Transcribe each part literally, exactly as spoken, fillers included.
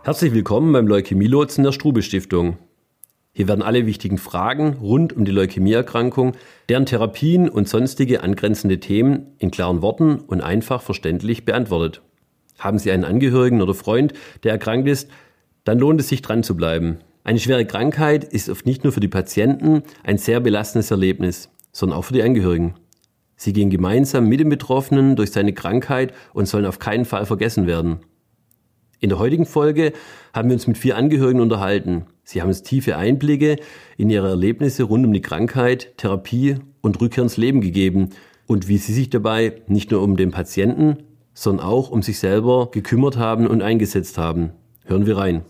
Herzlich willkommen beim Leukämie-Lotsen der Strube-Stiftung. Hier werden alle wichtigen Fragen rund um die Leukämieerkrankung, deren Therapien und sonstige angrenzende Themen in klaren Worten und einfach verständlich beantwortet. Haben Sie einen Angehörigen oder Freund, der erkrankt ist, dann lohnt es sich, dran zu bleiben. Eine schwere Krankheit ist oft nicht nur für die Patienten ein sehr belastendes Erlebnis, sondern auch für die Angehörigen. Sie gehen gemeinsam mit dem Betroffenen durch seine Krankheit und sollen auf keinen Fall vergessen werden. In der heutigen Folge haben wir uns mit vier Angehörigen unterhalten. Sie haben uns tiefe Einblicke in ihre Erlebnisse rund um die Krankheit, Therapie und Rückkehr ins Leben gegeben und wie sie sich dabei nicht nur um den Patienten, sondern auch um sich selber gekümmert haben und eingesetzt haben. Hören wir rein.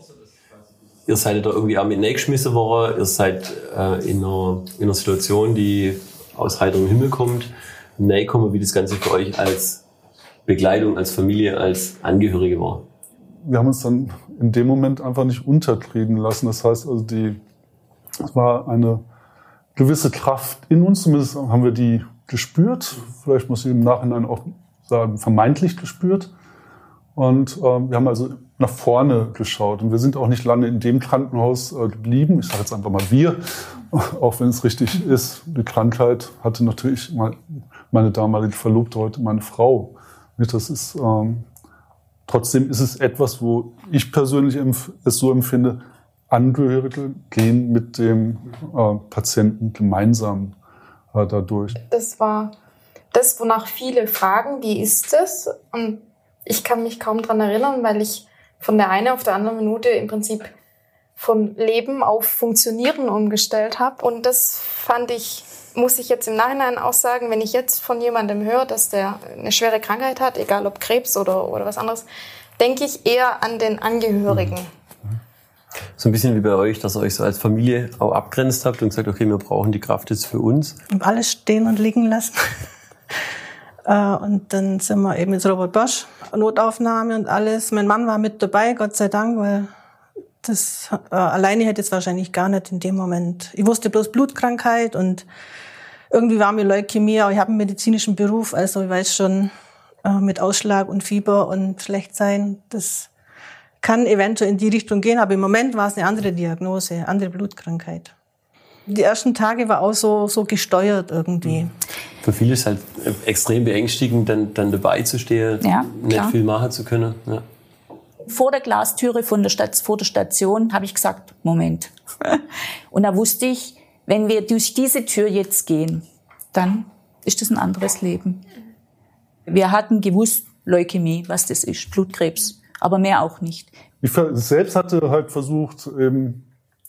Ihr seid da irgendwie auch mit reingeschmissen worden. Ihr seid äh, in, einer, in einer Situation, die aus heiterem Himmel kommt. Reinkommen, wie das Ganze für euch als Begleitung, als Familie, als Angehörige war. Wir haben uns dann in dem Moment einfach nicht unterkriegen lassen. Das heißt, also die, es war eine gewisse Kraft in uns, zumindest haben wir die gespürt. Vielleicht muss ich im Nachhinein auch sagen, vermeintlich gespürt. Und ähm, wir haben also nach vorne geschaut. Und wir sind auch nicht lange in dem Krankenhaus äh, geblieben. Ich sage jetzt einfach mal wir, auch wenn es richtig ist. Die Krankheit hatte natürlich mal meine damalige Verlobte, heute meine Frau. Das ist... Ähm, Trotzdem ist es etwas, wo ich persönlich es so empfinde, Angehörige gehen mit dem äh, Patienten gemeinsam äh, dadurch. Das war das, wonach viele fragen, wie ist es? Und ich kann mich kaum dran erinnern, weil ich von der einen auf der anderen Minute im Prinzip von Leben auf Funktionieren umgestellt habe. Und das fand ich, muss ich jetzt im Nachhinein auch sagen, wenn ich jetzt von jemandem höre, dass der eine schwere Krankheit hat, egal ob Krebs oder, oder was anderes, denke ich eher an den Angehörigen. So ein bisschen wie bei euch, dass ihr euch so als Familie auch abgrenzt habt und gesagt, okay, wir brauchen die Kraft jetzt für uns. Und alles stehen und liegen lassen. Und dann sind wir eben ins Robert Bosch, Notaufnahme und alles. Mein Mann war mit dabei, Gott sei Dank, weil das äh, alleine hätte es wahrscheinlich gar nicht in dem Moment. Ich wusste bloß Blutkrankheit und irgendwie war mir Leukämie, aber ich habe einen medizinischen Beruf, also ich weiß schon, äh, mit Ausschlag und Fieber und schlecht sein, das kann eventuell in die Richtung gehen, aber im Moment war es eine andere Diagnose, andere Blutkrankheit. Die ersten Tage war auch so, so gesteuert irgendwie. Für viele ist es halt extrem beängstigend, dann, dann dabei zu stehen, ja, nicht klar. viel machen zu können. Ja. Vor der Glastüre von der Stadt, vor der Station habe ich gesagt, Moment. Und da wusste ich, wenn wir durch diese Tür jetzt gehen, dann ist das ein anderes Leben. Wir hatten gewusst, Leukämie, was das ist, Blutkrebs, aber mehr auch nicht. Ich selbst hatte halt versucht, eben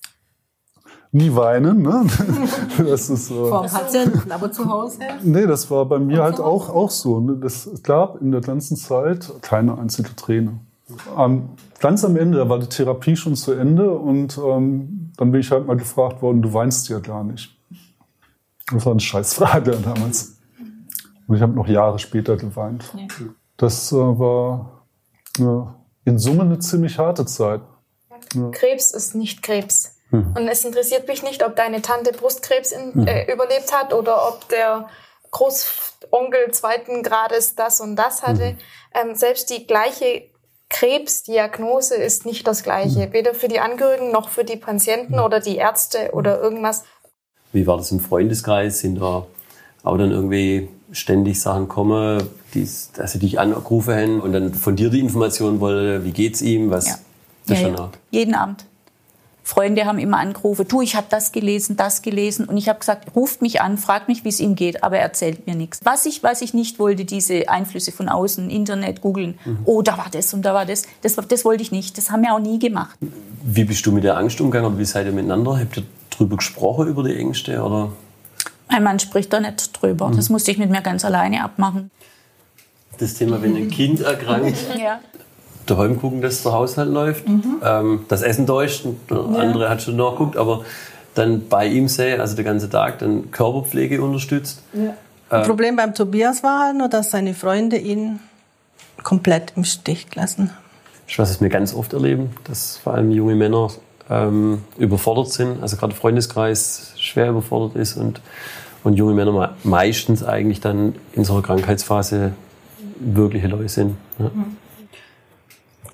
nie weinen. Ne? Das ist, äh, Vor Patienten, aber zu Hause? Nee, das war bei mir halt auch, auch so. Ne? Das gab in der ganzen Zeit keine einzige Träne. Ähm, ganz am Ende, da war die Therapie schon zu Ende und ähm, dann bin ich halt mal gefragt worden, du weinst ja gar nicht. Das war eine Scheißfrage damals. Und ich habe noch Jahre später geweint. Ja. Das äh, war ja, in Summe eine ziemlich harte Zeit. Ja. Krebs ist nicht Krebs. Mhm. Und es interessiert mich nicht, ob deine Tante Brustkrebs in, äh, überlebt hat oder ob der Großonkel zweiten Grades das und das hatte. Mhm. Ähm, selbst die gleiche Krebsdiagnose ist nicht das Gleiche. Weder für die Angehörigen noch für die Patienten oder die Ärzte oder irgendwas. Wie war das im Freundeskreis? Sind da auch dann irgendwie ständig Sachen kommen, die, dass sie dich angerufen haben und dann von dir die Information wollen, wie geht's ihm? Was ja. das Ja, schon ja. Jeden Abend. Freunde haben immer angerufen, du, ich habe das gelesen, das gelesen. Und ich habe gesagt, ruft mich an, fragt mich, wie es ihm geht, aber er erzählt mir nichts. Was ich, was ich nicht wollte, diese Einflüsse von außen, Internet, googeln, mhm. oh, da war das und da war das, das, das wollte ich nicht. Das haben wir auch nie gemacht. Wie bist du mit der Angst umgegangen oder wie seid ihr miteinander? Habt ihr drüber gesprochen, über die Ängste? Oder? Mein Mann spricht da nicht drüber. Mhm. Das musste ich mit mir ganz alleine abmachen. Das Thema, wenn ein Kind erkrankt, ja. daheim gucken, dass der Haushalt läuft, mhm. ähm, das Essen da ist, der ja. andere hat schon nachgeguckt, aber dann bei ihm sehen, also den ganzen Tag, dann Körperpflege unterstützt. Ja. Äh, das Problem beim Tobias war halt nur, dass seine Freunde ihn komplett im Stich gelassen haben. Das ist was, was wir ganz oft erleben, dass vor allem junge Männer ähm, überfordert sind, also gerade der Freundeskreis schwer überfordert ist und, und junge Männer meistens eigentlich dann in so einer Krankheitsphase wirkliche Leute sind. Ja.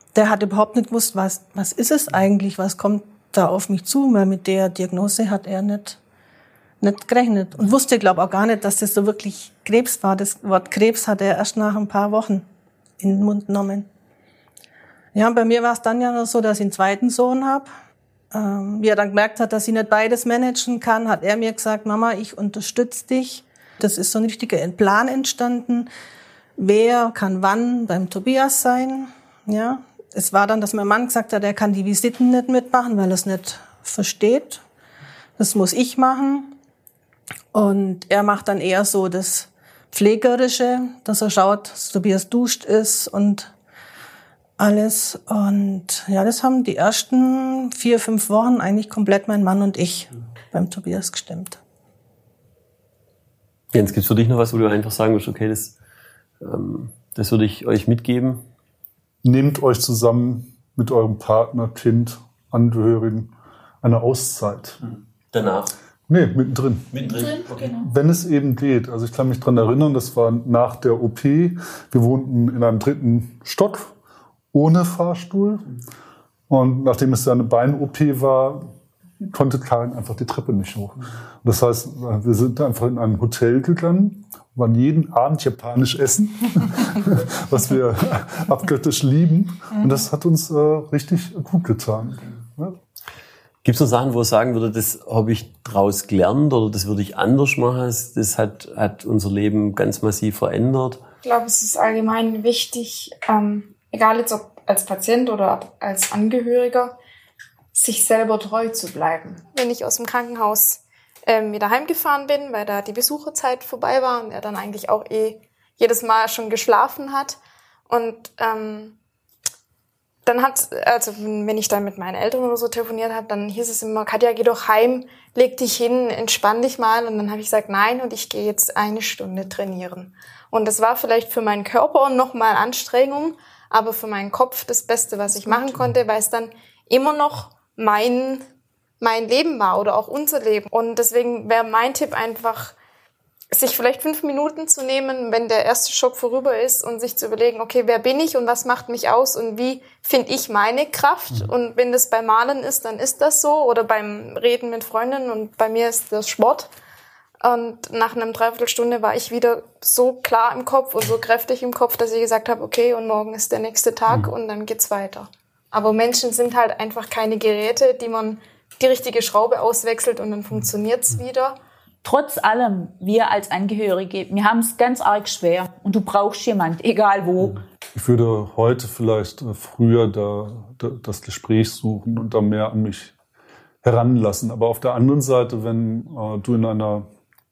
der hat überhaupt nicht gewusst, was, was ist es eigentlich, was kommt da auf mich zu, weil mit der Diagnose hat er nicht, nicht gerechnet und wusste, glaube ich, auch gar nicht, dass das so wirklich Krebs war. Das Wort Krebs hat er erst nach ein paar Wochen in den Mund genommen. Ja, bei mir war es dann ja noch so, dass ich einen zweiten Sohn habe. Ähm, wie er dann gemerkt hat, dass ich nicht beides managen kann, hat er mir gesagt, Mama, ich unterstütze dich. Das ist so ein richtiger Plan entstanden. Wer kann wann beim Tobias sein? Ja, es war dann, dass mein Mann gesagt hat, er kann die Visiten nicht mitmachen, weil er es nicht versteht. Das muss ich machen. Und er macht dann eher so das Pflegerische, dass er schaut, dass Tobias duscht ist und alles. Und ja, das haben die ersten vier, fünf Wochen eigentlich komplett mein Mann und ich beim Tobias gestimmt. Jens, gibt's für dich noch was, wo du einfach sagen würdest, okay, das, ähm, das würde ich euch mitgeben? Nehmt euch zusammen mit eurem Partner, Kind, Angehörigen eine Auszeit. Danach? Nee, mittendrin. Mittendrin? Okay. Genau. Wenn es eben geht. Also ich kann mich dran erinnern, das war nach der O P. Wir wohnten in einem dritten Stock ohne Fahrstuhl. Und nachdem es ja eine Bein-O P war, konnte Karin einfach die Treppe nicht hoch. Das heißt, wir sind einfach in ein Hotel gegangen, waren jeden Abend japanisch essen, was wir abgöttisch lieben. Und das hat uns äh, richtig gut getan. Ja. Gibt es noch Sachen, wo ihr sagen würde, das habe ich daraus gelernt oder das würde ich anders machen? Das hat, hat unser Leben ganz massiv verändert. Ich glaube, es ist allgemein wichtig, ähm, egal jetzt ob als Patient oder als Angehöriger, sich selber treu zu bleiben. Wenn ich aus dem Krankenhaus ähm, wieder heimgefahren bin, weil da die Besucherzeit vorbei war und er dann eigentlich auch eh jedes Mal schon geschlafen hat. Und ähm, dann hat, also wenn ich dann mit meinen Eltern oder so telefoniert habe, dann hieß es immer, Katja, geh doch heim, leg dich hin, entspann dich mal. Und dann habe ich gesagt, nein, und ich gehe jetzt eine Stunde trainieren. Und das war vielleicht für meinen Körper nochmal Anstrengung, aber für meinen Kopf das Beste, was ich machen konnte, weil es dann immer noch mein, mein Leben war oder auch unser Leben. Und deswegen wäre mein Tipp einfach, sich vielleicht fünf Minuten zu nehmen, wenn der erste Schock vorüber ist und sich zu überlegen, okay, wer bin ich und was macht mich aus und wie finde ich meine Kraft? Mhm. Und wenn das beim Malen ist, dann ist das so oder beim Reden mit Freundinnen und bei mir ist das Sport. Und nach einer Dreiviertelstunde war ich wieder so klar im Kopf und so kräftig im Kopf, dass ich gesagt habe, okay, und morgen ist der nächste Tag mhm. und dann geht's weiter. Aber Menschen sind halt einfach keine Geräte, die man die richtige Schraube auswechselt und dann funktioniert's mhm. wieder. Trotz allem, wir als Angehörige, wir haben es ganz arg schwer und du brauchst jemand, egal wo. Ich würde heute vielleicht früher da, da das Gespräch suchen und da mehr an mich heranlassen. Aber auf der anderen Seite, wenn äh, du in einer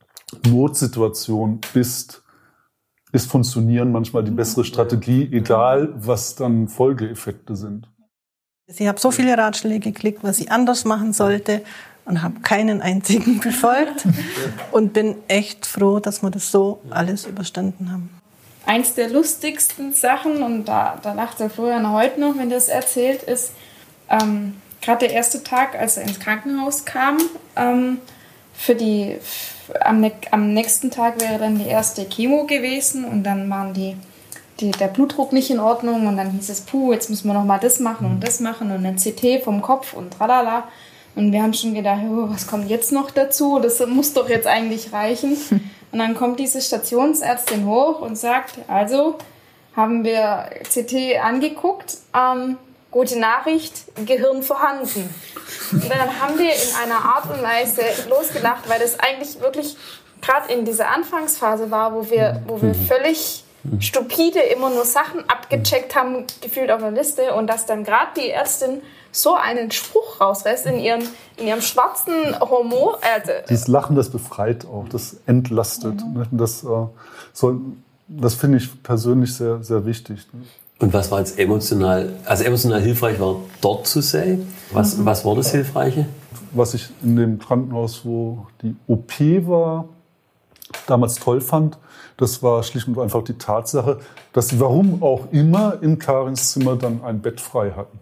Notsituation bist, ist Funktionieren manchmal die bessere Strategie, egal was dann Folgeeffekte sind. Ich habe so viele Ratschläge geklickt, was ich anders machen sollte und habe keinen einzigen befolgt und bin echt froh, dass wir das so alles überstanden haben. Eins der lustigsten Sachen, und da, da lacht der Florian heute noch, wenn das erzählt, ist ähm, gerade der erste Tag, als er ins Krankenhaus kam. Ähm, für die, am, ne, am nächsten Tag wäre dann die erste Chemo gewesen und dann waren die, die, der Blutdruck nicht in Ordnung und dann hieß es, puh, jetzt müssen wir noch mal das machen und das machen und ein C T vom Kopf und tralala. Und wir haben schon gedacht, oh, was kommt jetzt noch dazu? Das muss doch jetzt eigentlich reichen. Und dann kommt diese Stationsärztin hoch und sagt, also haben wir C T angeguckt, ähm, gute Nachricht, Gehirn vorhanden. Und dann haben wir in einer Art und Weise losgelacht, weil das eigentlich wirklich gerade in dieser Anfangsphase war, wo wir, wo wir völlig stupide immer nur Sachen abgecheckt haben, gefühlt auf einer Liste, und dass dann gerade die Ärztin so einen Spruch rausreißt in ihrem, in ihrem schwarzen Hormon. Also Dieses Lachen, das befreit auch, das entlastet. Mhm. Das, äh, soll, das finde ich persönlich sehr, sehr wichtig. Und was war jetzt emotional, also emotional hilfreich war, dort zu sein? Was, mhm. was war das Hilfreiche? Was ich in dem Krankenhaus, wo die O P war, damals toll fand, das war schlicht und einfach die Tatsache, dass sie, warum auch immer, in Karins Zimmer dann ein Bett frei hatten.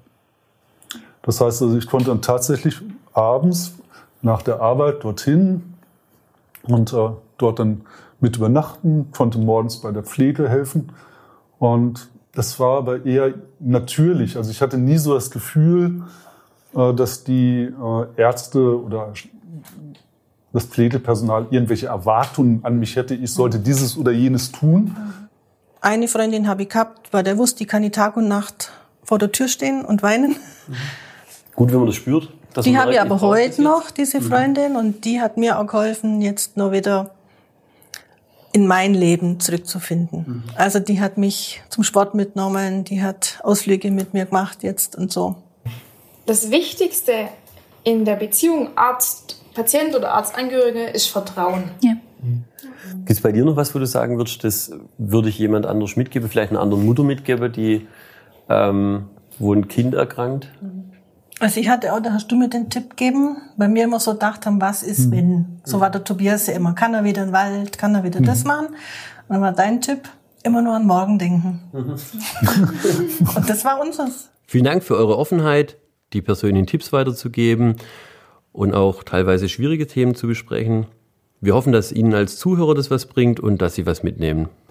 Das heißt, also ich konnte dann tatsächlich abends nach der Arbeit dorthin und äh, dort dann mit übernachten, konnte morgens bei der Pflege helfen. Und das war aber eher natürlich. Also ich hatte nie so das Gefühl, dass die Ärzte oder das Pflegepersonal irgendwelche Erwartungen an mich hätte, ich sollte dieses oder jenes tun. Eine Freundin habe ich gehabt, bei der wusste, die kann ich Tag und Nacht vor der Tür stehen und weinen. Gut, wenn man das spürt. Die habe ich aber heute noch, diese Freundin, und die hat mir auch geholfen, jetzt noch wieder in mein Leben zurückzufinden. Mhm. Also die hat mich zum Sport mitgenommen, die hat Ausflüge mit mir gemacht jetzt und so. Das Wichtigste in der Beziehung Arzt-Patient oder Arztangehörige ist Vertrauen. Ja. Gibt es bei dir noch was, wo du sagen würdest, das würde ich jemand anders mitgeben, vielleicht einer anderen Mutter mitgeben, die, ähm, wo ein Kind erkrankt? Also ich hatte auch, da hast du mir den Tipp gegeben, bei mir immer so gedacht haben, was ist, wenn? So war der Tobias ja immer, kann er wieder in den Wald, kann er wieder mhm. das machen? Und dann war dein Tipp, immer nur an morgen denken. Mhm. Und das war unseres. Vielen Dank für eure Offenheit, die persönlichen Tipps weiterzugeben und auch teilweise schwierige Themen zu besprechen. Wir hoffen, dass Ihnen als Zuhörer das was bringt und dass Sie was mitnehmen.